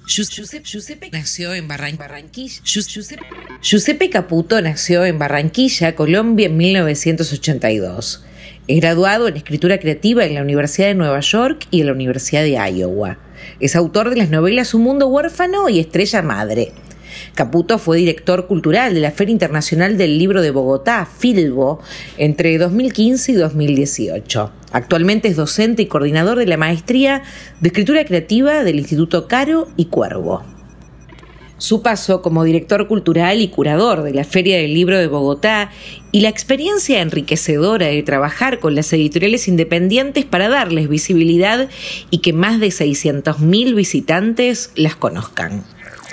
Giuseppe nació en Barranquilla. Giuseppe Caputo nació en Barranquilla, Colombia, en 1982. Es graduado en escritura creativa en la Universidad de Nueva York y en la Universidad de Iowa. Es autor de las novelas Un mundo huérfano y Estrella Madre. Caputo fue director cultural de la Feria Internacional del Libro de Bogotá, Filbo, entre 2015 y 2018. Actualmente es docente y coordinador de la Maestría de Escritura Creativa del Instituto Caro y Cuervo. Su paso como director cultural y curador de la Feria del Libro de Bogotá y la experiencia enriquecedora de trabajar con las editoriales independientes para darles visibilidad y que más de 600.000 visitantes las conozcan.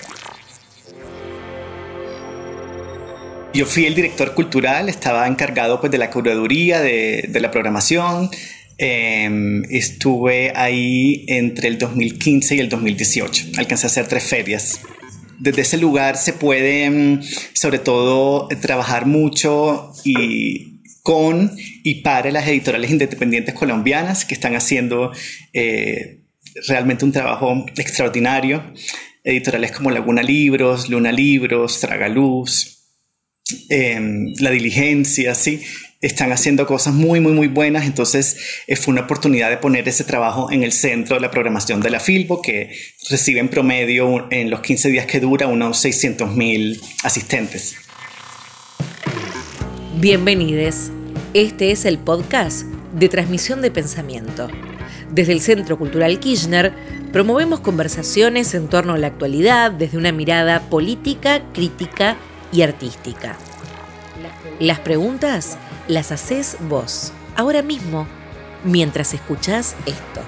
Yo fui el director cultural, estaba encargado pues de la curaduría, de la programación. Estuve ahí entre el 2015 y el 2018. Alcancé a hacer 3 ferias. Desde ese lugar se puede, sobre todo, trabajar mucho con y para las editoriales independientes colombianas que están haciendo realmente un trabajo extraordinario. Editoriales como Laguna Libros, Luna Libros, Tragaluz, La Diligencia, sí, están haciendo cosas muy, muy, muy buenas. Entonces fue una oportunidad de poner ese trabajo en el centro de la programación de la Filbo, que recibe en promedio en los 15 días que dura unos 600.000 asistentes. Bienvenidos. Este es el podcast de Transmisión de Pensamiento. Desde el Centro Cultural Kirchner promovemos conversaciones en torno a la actualidad desde una mirada política, crítica y artística. Las preguntas las haces vos, ahora mismo, mientras escuchás esto.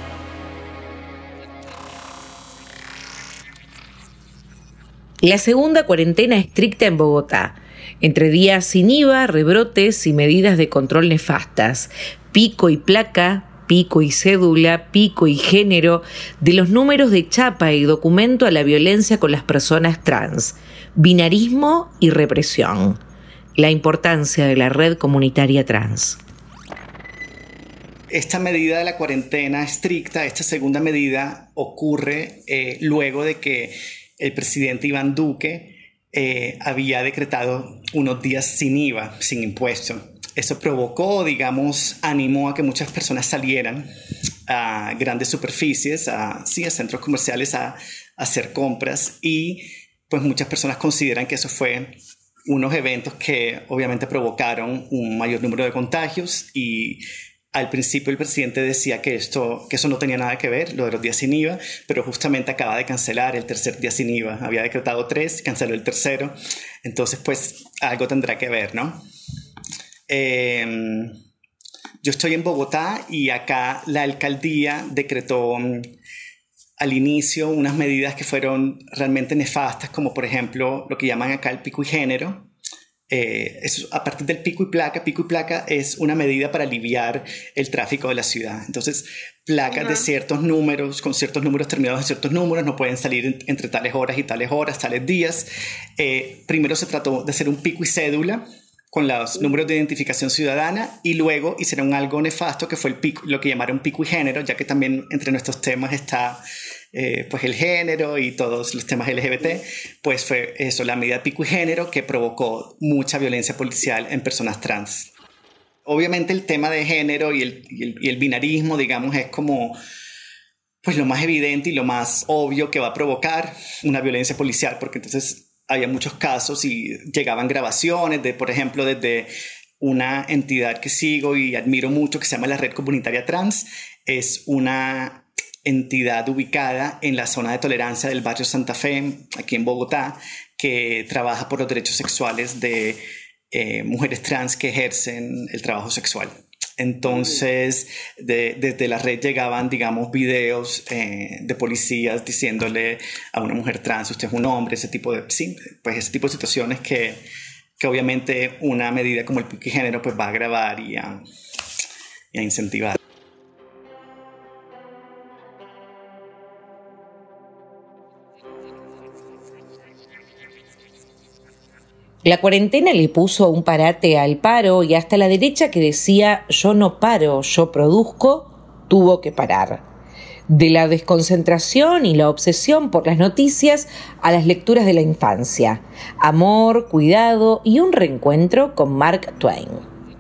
La segunda cuarentena estricta en Bogotá, entre días sin IVA, rebrotes y medidas de control nefastas, pico y placa, pico y cédula, pico y género, de los números de chapa y documento a la violencia con las personas trans, binarismo y represión. La importancia de la red comunitaria trans. Esta medida de la cuarentena estricta, esta segunda medida, ocurre luego de que el presidente Iván Duque había decretado unos días sin IVA, sin impuesto. Eso provocó, animó a que muchas personas salieran a grandes superficies, a centros comerciales a hacer compras, y pues muchas personas consideran que eso fue unos eventos que obviamente provocaron un mayor número de contagios. Y al principio el presidente decía que eso no tenía nada que ver, lo de los días sin IVA, pero justamente acaba de cancelar el tercer día sin IVA. Había decretado 3, canceló el tercero. Entonces pues algo tendrá que ver, ¿no? Yo estoy en Bogotá y acá la alcaldía decretó al inicio unas medidas que fueron realmente nefastas, como por ejemplo lo que llaman acá el pico y género. A partir del pico y placa es una medida para aliviar el tráfico de la ciudad. Entonces, placas de ciertos números, con ciertos números terminados en ciertos números, no pueden salir entre tales horas y tales horas, tales días. Primero se trató de hacer un pico y cédula con los números de identificación ciudadana, y luego hicieron algo nefasto que fue el pico, lo que llamaron pico y género, ya que también entre nuestros temas está pues el género y todos los temas LGBT. Pues fue eso, la medida pico y género, que provocó mucha violencia policial en personas trans. Obviamente el tema de género y el binarismo, es como pues lo más evidente y lo más obvio que va a provocar una violencia policial, porque entonces había muchos casos y llegaban grabaciones de, por ejemplo, desde una entidad que sigo y admiro mucho, que se llama la Red Comunitaria Trans. Es una entidad ubicada en la zona de tolerancia del barrio Santa Fe, aquí en Bogotá, que trabaja por los derechos sexuales de mujeres trans que ejercen el trabajo sexual. Entonces, desde la red llegaban, videos de policías diciéndole a una mujer trans, usted es un hombre, ese tipo de situaciones que obviamente una medida como el pico y género pues va a agravar y a incentivar. La cuarentena le puso un parate al paro, y hasta la derecha, que decía yo no paro, yo produzco, tuvo que parar. De la desconcentración y la obsesión por las noticias a las lecturas de la infancia, amor, cuidado y un reencuentro con Mark Twain.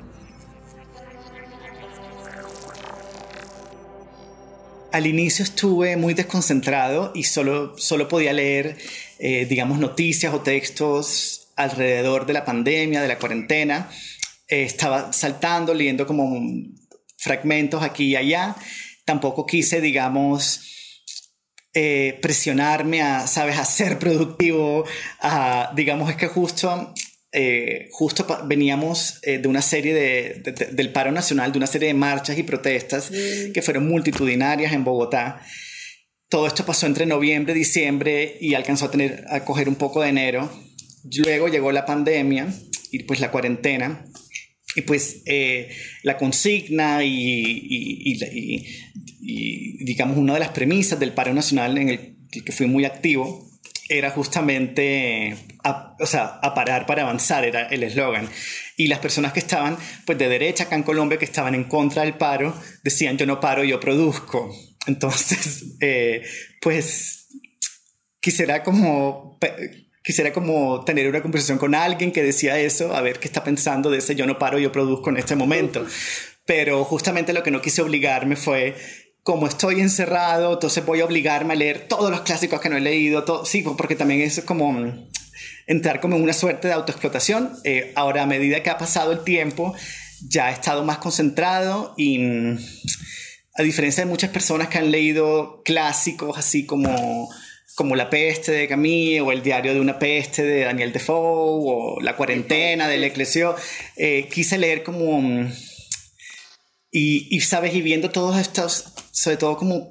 Al inicio estuve muy desconcentrado y solo podía leer, digamos, noticias o textos alrededor de la pandemia, de la cuarentena. Estaba saltando, leyendo como fragmentos aquí y allá. Tampoco quise, digamos, presionarme a ser productivo. Digamos, es que justo veníamos de una serie del paro nacional, de una serie de marchas y protestas que fueron multitudinarias en Bogotá. Todo esto pasó entre noviembre y diciembre y alcanzó a coger un poco de enero. Luego llegó la pandemia y pues la cuarentena. Y pues la consigna y digamos una de las premisas del paro nacional en el que fui muy activo era justamente a parar para avanzar, era el eslogan. Y las personas que estaban pues de derecha acá en Colombia, que estaban en contra del paro, decían yo no paro, yo produzco. Entonces pues quisiera como tener una conversación con alguien que decía eso, a ver qué está pensando de ese yo no paro, yo produzco en este momento. Pero justamente lo que no quise obligarme fue, como estoy encerrado, entonces voy a obligarme a leer todos los clásicos que no he leído. Sí, porque también es como entrar como en una suerte de autoexplotación. Ahora, a medida que ha pasado el tiempo, ya he estado más concentrado y a diferencia de muchas personas que han leído clásicos así como La peste de Camus o El diario de una peste de Daniel Defoe o La cuarentena de Leclésio, quise leer como sabes, y viendo todos estos, sobre todo como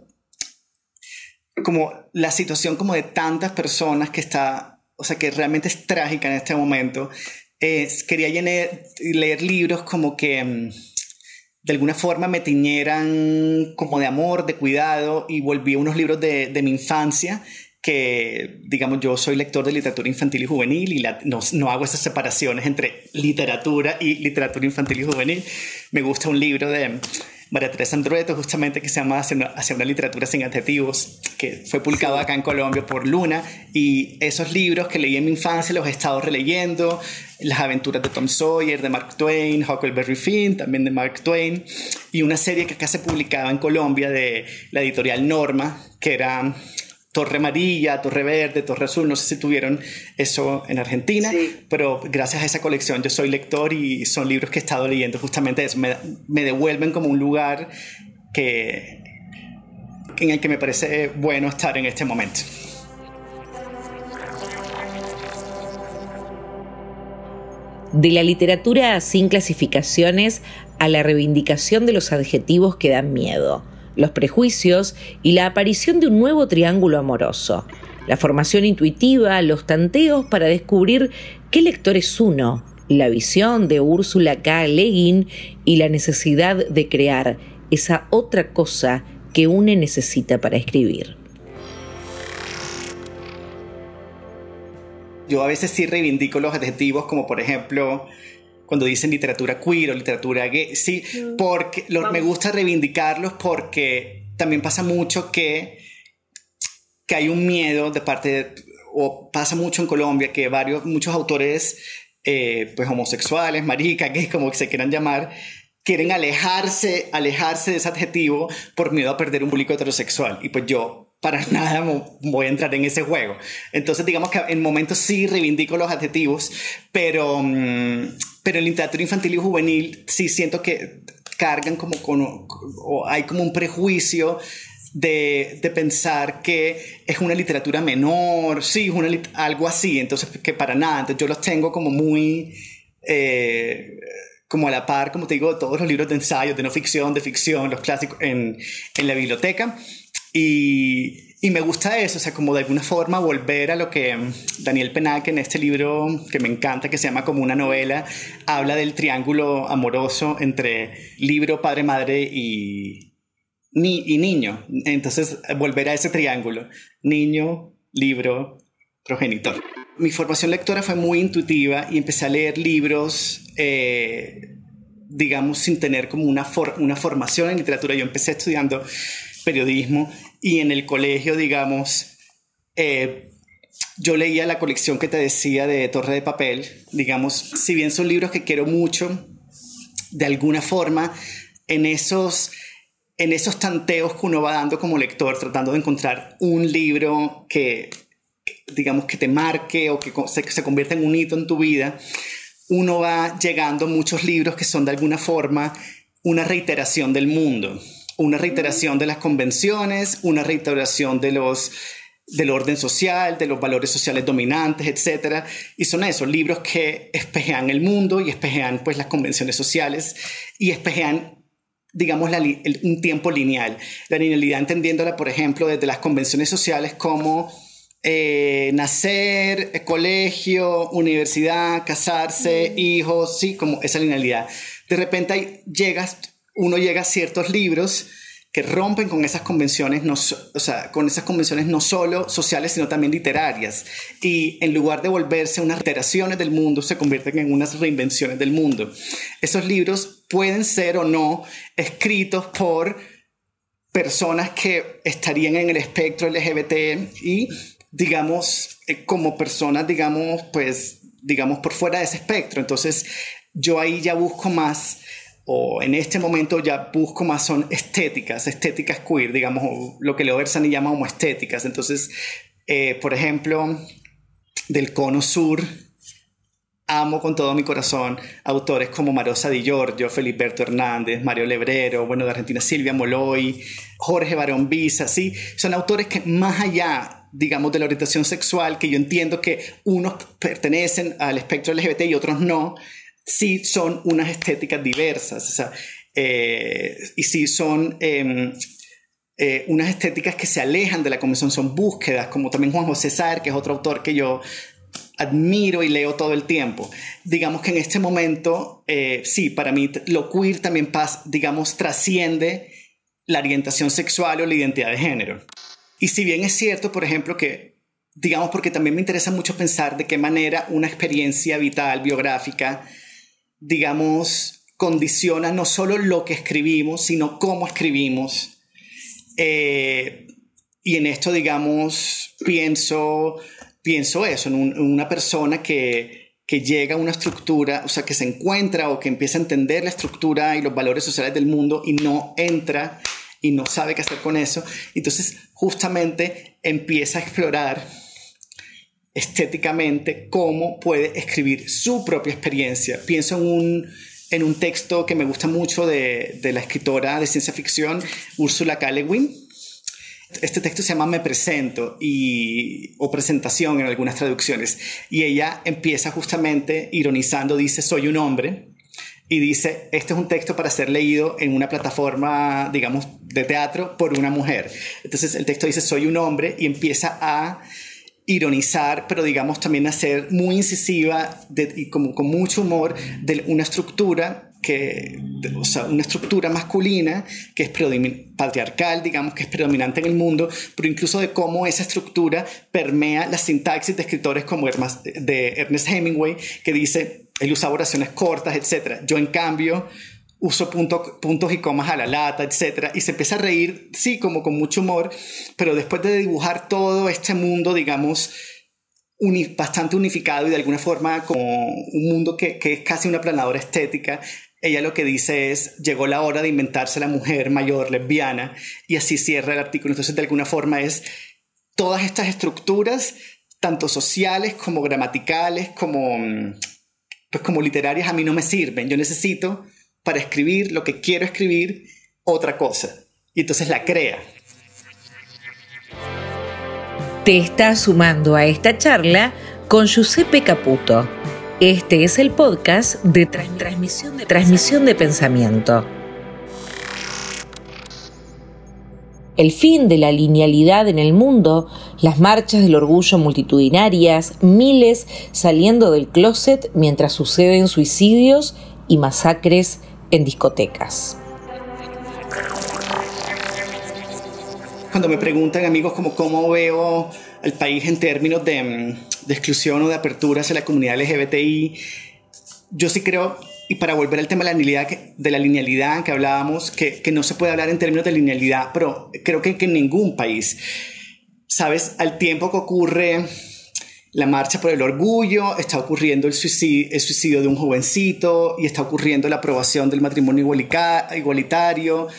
la situación como de tantas personas que está, o sea, que realmente es trágica en este momento. Quería leer libros como que de alguna forma me tiñeran como de amor, de cuidado, y volví a unos libros de mi infancia que, digamos, yo soy lector de literatura infantil y juvenil y no hago esas separaciones entre literatura y literatura infantil y juvenil. Me gusta un libro de María Teresa Andrueto, justamente, que se llama Hacia una literatura sin adjetivos, que fue publicado acá en Colombia por Luna, y esos libros que leí en mi infancia los he estado releyendo. Las aventuras de Tom Sawyer, de Mark Twain, Huckleberry Finn, también de Mark Twain, y una serie que acá se publicaba en Colombia de la editorial Norma, que era Torre Amarilla, Torre Verde, Torre Azul. No sé si tuvieron eso en Argentina, sí, pero gracias a esa colección yo soy lector y son libros que he estado leyendo justamente eso. Me devuelven como un lugar en el que me parece bueno estar en este momento. De la literatura sin clasificaciones a la reivindicación de los adjetivos que dan miedo, los prejuicios y la aparición de un nuevo triángulo amoroso, la formación intuitiva, los tanteos para descubrir qué lector es uno, la visión de Ursula K. Le Guin y la necesidad de crear esa otra cosa que uno necesita para escribir. Yo a veces sí reivindico los adjetivos, como por ejemplo cuando dicen literatura queer o literatura gay, sí, porque me gusta reivindicarlos, porque también pasa mucho que hay un miedo de parte o pasa mucho en Colombia que muchos autores pues homosexuales, maricas, gays, como que se quieran llamar, quieren alejarse de ese adjetivo por miedo a perder un público heterosexual. Y pues yo para nada voy a entrar en ese juego. Entonces digamos que en momentos sí reivindico los adjetivos, pero en literatura infantil y juvenil sí siento que cargan o hay como un prejuicio de pensar que es una literatura menor, sí, algo así. Entonces que para nada. Entonces yo los tengo como muy como a la par, como te digo, de todos los libros de ensayos, de no ficción, de ficción, los clásicos en la biblioteca. Y me gusta eso, o sea, como de alguna forma volver a lo que Daniel Pennac en este libro que me encanta, que se llama Como una novela, habla del triángulo amoroso entre libro, padre, madre y niño. Entonces, volver a ese triángulo, niño, libro, progenitor. Mi formación lectora fue muy intuitiva y empecé a leer libros, digamos, sin tener como una formación en literatura. Yo empecé estudiando periodismo, y en el colegio, digamos, yo leía la colección que te decía de Torre de Papel. Digamos, si bien son libros que quiero mucho, de alguna forma, en esos tanteos que uno va dando como lector, tratando de encontrar un libro que digamos, que te marque o que se convierta en un hito en tu vida, uno va llegando a muchos libros que son de alguna forma una reiteración del mundo, una reiteración de las convenciones, una reiteración del orden social, de los valores sociales dominantes, etc. Y son esos libros que espejean el mundo y espejean pues, las convenciones sociales y espejean, digamos, un tiempo lineal. La linealidad entendiéndola, por ejemplo, desde las convenciones sociales como nacer, colegio, universidad, casarse, hijos, sí, como esa linealidad. De repente uno llega a ciertos libros que rompen con esas convenciones, con esas convenciones no solo sociales, sino también literarias. Y en lugar de volverse unas reiteraciones del mundo, se convierten en unas reinvenciones del mundo. Esos libros pueden ser o no escritos por personas que estarían en el espectro LGBT y, digamos, como personas, digamos, por fuera de ese espectro. Entonces, yo ahí ya busco más, o en este momento ya busco más, son estéticas queer, digamos, o lo que Leo Bersani llama homoestéticas. Entonces, por ejemplo, del cono sur, amo con todo mi corazón autores como Marosa Di Giorgio, Feliberto Hernández, Mario Lebrero, bueno, de Argentina Silvia Molloy, Jorge Barón Visa, ¿sí? Son autores que más allá, digamos, de la orientación sexual, que yo entiendo que unos pertenecen al espectro LGBT y otros no, sí son unas estéticas diversas, o sea, y sí son unas estéticas que se alejan de la convención, son búsquedas, como también Juan José Saer, que es otro autor que yo admiro y leo todo el tiempo. Digamos que en este momento, sí, para mí lo queer también digamos, trasciende la orientación sexual o la identidad de género. Y si bien es cierto, por ejemplo, que, digamos, porque también me interesa mucho pensar de qué manera una experiencia vital, biográfica, digamos, condiciona no solo lo que escribimos, sino cómo escribimos. Y en esto, digamos, pienso eso, en una persona que llega a una estructura, o sea, que se encuentra o que empieza a entender la estructura y los valores sociales del mundo y no entra y no sabe qué hacer con eso. Entonces, justamente empieza a explorar estéticamente cómo puede escribir su propia experiencia. Pienso en un texto que me gusta mucho de la escritora de ciencia ficción Ursula K. Le Guin. Este texto se llama Me presento o presentación en algunas traducciones, y ella empieza justamente ironizando, dice soy un hombre, y dice este es un texto para ser leído en una plataforma, digamos, de teatro por una mujer. Entonces el texto dice soy un hombre y empieza a ironizar, pero digamos también a ser muy incisiva y como con mucho humor de una estructura o sea, una estructura masculina que es patriarcal, digamos, que es predominante en el mundo, pero incluso de cómo esa estructura permea la sintaxis de escritores como de Ernest Hemingway, que dice, él usa oraciones cortas, etc. Yo, en cambio, uso puntos y comas a la lata, etc. Y se empieza a reír, sí, como con mucho humor, pero después de dibujar todo este mundo, digamos, bastante unificado y de alguna forma como un mundo que es casi una planadora estética, ella lo que dice es, llegó la hora de inventarse la mujer mayor lesbiana, y así cierra el artículo. Entonces, de alguna forma es todas estas estructuras, tanto sociales como gramaticales, como literarias, a mí no me sirven. Yo necesito, para escribir lo que quiero escribir, otra cosa. Y entonces la crea. Te estás sumando a esta charla con Giuseppe Caputo. Este es el podcast de Transmisión de Pensamiento. El fin de la linealidad en el mundo, las marchas del orgullo multitudinarias, miles saliendo del closet mientras suceden suicidios y masacres en discotecas. Cuando me preguntan amigos como cómo veo al país en términos de exclusión o de apertura hacia la comunidad LGBTI, yo sí creo y para volver al tema de la linealidad que hablábamos, que no se puede hablar en términos de linealidad, pero creo que en ningún país, ¿sabes? Al tiempo que ocurre la marcha por el orgullo, está ocurriendo el suicidio de un jovencito y está ocurriendo la aprobación del matrimonio igualitario.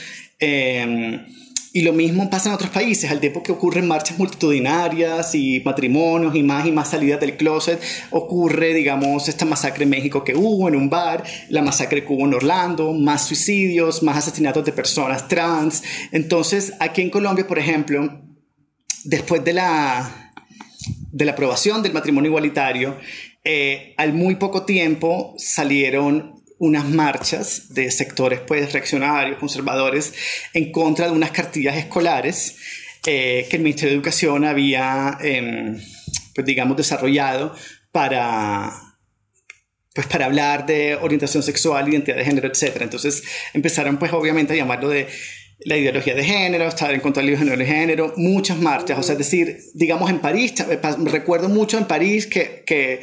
Y lo mismo pasa en otros países, al tiempo que ocurren marchas multitudinarias y matrimonios y más salidas del closet, ocurre, digamos, esta masacre en México que hubo en un bar, la masacre que hubo en Orlando, más suicidios, más asesinatos de personas trans. Entonces, aquí en Colombia, por ejemplo, después de la aprobación del matrimonio igualitario, al muy poco tiempo salieron unas marchas de sectores pues reaccionarios, conservadores, en contra de unas cartillas escolares que el Ministerio de Educación había, pues digamos, desarrollado para hablar de orientación sexual, identidad de género, etc. Entonces empezaron pues obviamente a llamarlo de la ideología de género, estar en contra del ideología de género, muchas marchas, o sea, es decir, digamos en París, recuerdo mucho en París que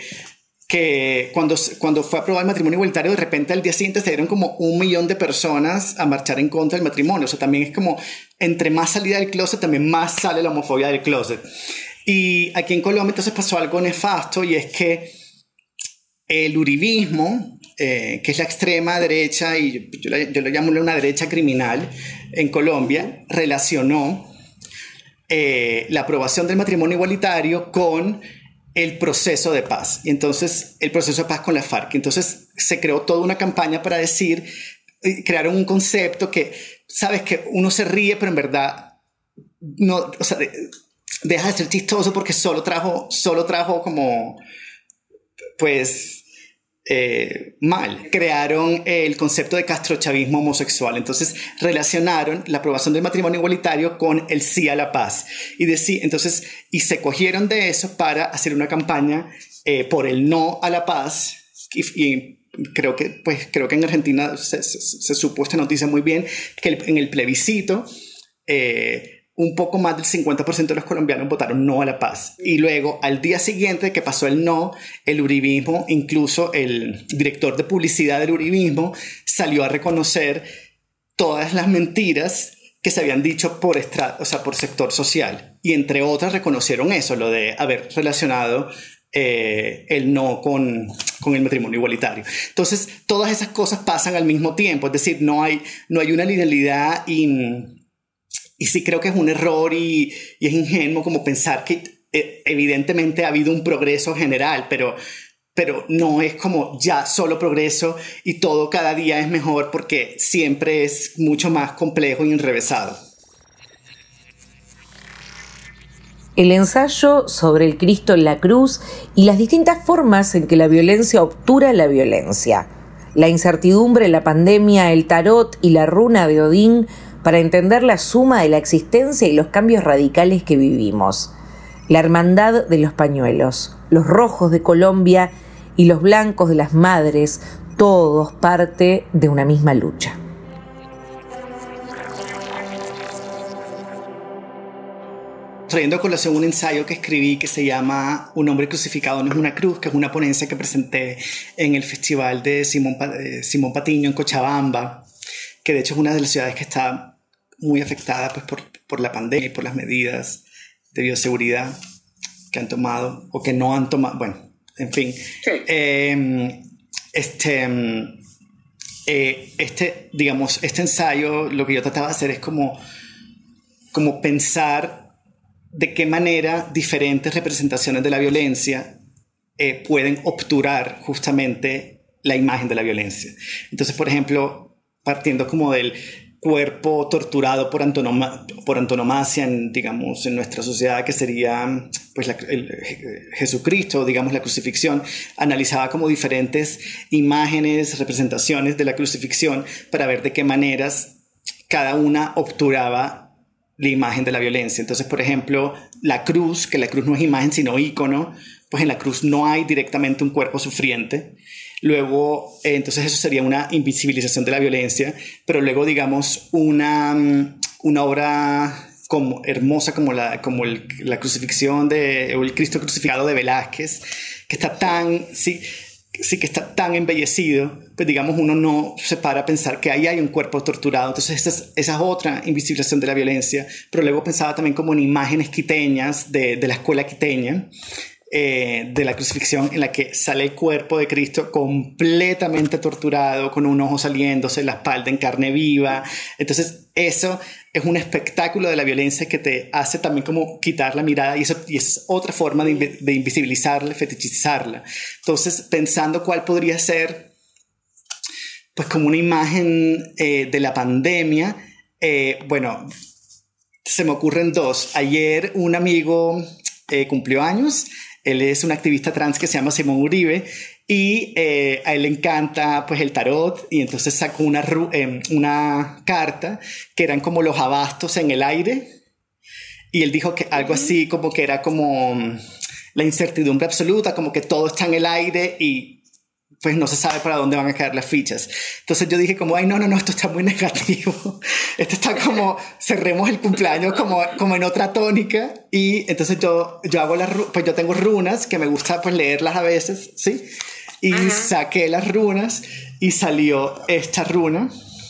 cuando fue aprobado el matrimonio igualitario, de repente al día siguiente se dieron como 1 millón de personas a marchar en contra del matrimonio. O sea, también es como, entre más salida del closet, también más sale la homofobia del closet. Y aquí en Colombia entonces pasó algo nefasto, y es que el uribismo, que es la extrema derecha, y yo lo llamo una derecha criminal en Colombia, relacionó la aprobación del matrimonio igualitario con el proceso de paz. Y entonces, el proceso de paz con la FARC. Entonces, se creó toda una campaña para decir, crearon un concepto que, sabes, que uno se ríe, pero en verdad, no, o sea, deja de ser chistoso porque solo trajo como, pues, mal. Crearon el concepto de castrochavismo homosexual. Entonces relacionaron la aprobación del matrimonio igualitario con el sí a la paz, y se cogieron de eso para hacer una campaña por el no a la paz, y creo que en Argentina se supo esta noticia muy bien, que en el plebiscito un poco más del 50% de los colombianos votaron no a la paz. Y luego, al día siguiente que pasó el no, el uribismo, incluso el director de publicidad del uribismo, salió a reconocer todas las mentiras que se habían dicho por sector social. Y entre otras reconocieron eso, lo de haber relacionado el no con el matrimonio igualitario. Entonces, todas esas cosas pasan al mismo tiempo. Es decir, no hay una linealidad, y sí creo que es un error y es ingenuo como pensar que evidentemente ha habido un progreso general, pero no es como ya solo progreso y todo cada día es mejor, porque siempre es mucho más complejo y enrevesado. El ensayo sobre el Cristo en la cruz y las distintas formas en que la violencia obtura la violencia. La incertidumbre, la pandemia, el tarot y la runa de Odín para entender la suma de la existencia y los cambios radicales que vivimos. La hermandad de los pañuelos, los rojos de Colombia y los blancos de las madres, todos parte de una misma lucha. Trayendo a colación un ensayo que escribí que se llama Un hombre crucificado no es una cruz, que es una ponencia que presenté en el festival de Simón Patiño en Cochabamba, que de hecho es una de las ciudades que está muy afectada pues, por la pandemia y por las medidas de bioseguridad que han tomado o que no han tomado. Bueno, en fin. Sí. Este ensayo, lo que yo trataba de hacer es como pensar de qué manera diferentes representaciones de la violencia pueden obturar justamente la imagen de la violencia. Entonces, por ejemplo, partiendo como del cuerpo torturado por antonomasia en nuestra sociedad, que sería pues Jesucristo, digamos la crucifixión, analizaba como diferentes imágenes, representaciones de la crucifixión para ver de qué maneras cada una obturaba la imagen de la violencia. Entonces, por ejemplo, la cruz, que la cruz no es imagen sino ícono, pues en la cruz no hay directamente un cuerpo sufriente. Luego, entonces eso sería una invisibilización de la violencia, pero luego, digamos, una obra como hermosa como la crucifixión o el Cristo crucificado de Velázquez, que está tan, que está tan embellecido, pues digamos, uno no se para a pensar que ahí hay un cuerpo torturado. Entonces esa es otra invisibilización de la violencia. Pero luego pensaba también como en imágenes quiteñas de la escuela quiteña, de la crucifixión, en la que sale el cuerpo de Cristo completamente torturado, con un ojo saliéndose, la espalda en carne viva. Entonces eso es un espectáculo de la violencia que te hace también como quitar la mirada, y es otra forma de invisibilizarla, fetichizarla. Entonces, pensando cuál podría ser, pues como una imagen de la pandemia, bueno, se me ocurren dos. Ayer un amigo cumplió años. Él es un activista trans que se llama Simón Uribe, y a él le encanta pues el tarot, y entonces sacó una carta que eran como los abastos en el aire, y él dijo que algo así como que era como la incertidumbre absoluta, como que todo está en el aire y pues no se sabe para dónde van a caer las fichas. Entonces yo dije como, ay, no, esto está muy negativo. Esto está como, cerremos el cumpleaños como en otra tónica. Y entonces yo hago pues yo tengo runas que me gusta pues leerlas a veces, ¿sí? Y saqué las runas y salió esta runa.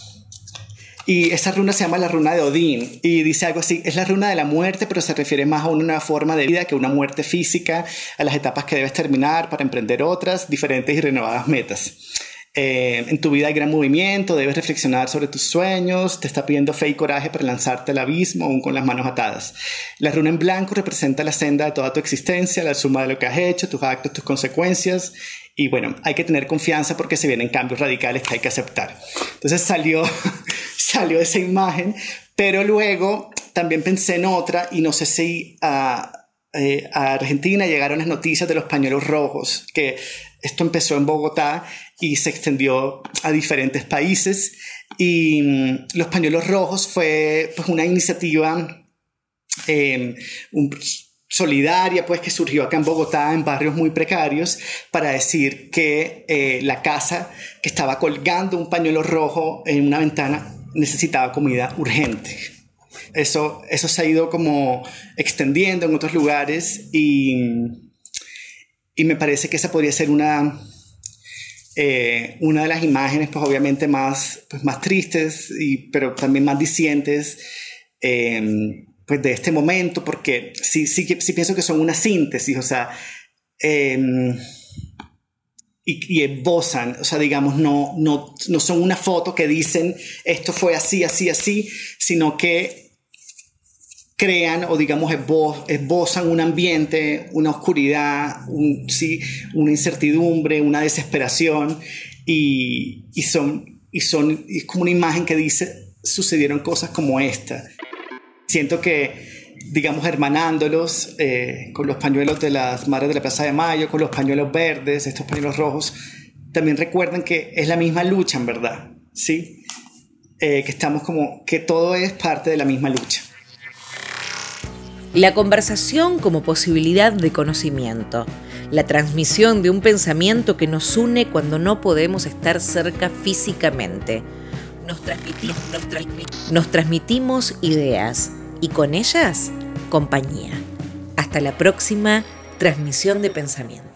Y esa runa se llama la runa de Odín, y dice algo así: es la runa de la muerte, pero se refiere más a una nueva forma de vida que una muerte física, a las etapas que debes terminar para emprender otras, diferentes y renovadas metas. En tu vida hay gran movimiento, debes reflexionar sobre tus sueños, te está pidiendo fe y coraje para lanzarte al abismo aún con las manos atadas. La runa en blanco representa la senda de toda tu existencia, la suma de lo que has hecho, tus actos, tus consecuencias. Y bueno, hay que tener confianza porque se vienen cambios radicales que hay que aceptar. Entonces salió esa imagen, pero luego también pensé en otra, y no sé si a Argentina llegaron las noticias de los pañuelos rojos, que esto empezó en Bogotá y se extendió a diferentes países. Y los pañuelos rojos fue pues una iniciativa solidaria, pues, que surgió acá en Bogotá, en barrios muy precarios, para decir que la casa que estaba colgando un pañuelo rojo en una ventana necesitaba comida urgente. Eso se ha ido como extendiendo en otros lugares, y me parece que esa podría ser una de las imágenes, pues obviamente más tristes, pero también más dicientes, pues de este momento, porque sí pienso que son una síntesis, o sea, y esbozan, o sea, digamos, no son una foto que dicen esto fue así, sino que crean, o digamos esbozan un ambiente, una oscuridad, una incertidumbre, una desesperación, y es como una imagen que dice: sucedieron cosas como esta. Siento que, digamos, hermanándolos con los pañuelos de las Madres de la Plaza de Mayo, con los pañuelos verdes, estos pañuelos rojos, también recuerdan que es la misma lucha, en verdad, ¿sí? Que estamos como, que todo es parte de la misma lucha. La conversación como posibilidad de conocimiento, la transmisión de un pensamiento que nos une cuando no podemos estar cerca físicamente. Nos transmitimos ideas y con ellas compañía. Hasta la próxima transmisión de pensamiento.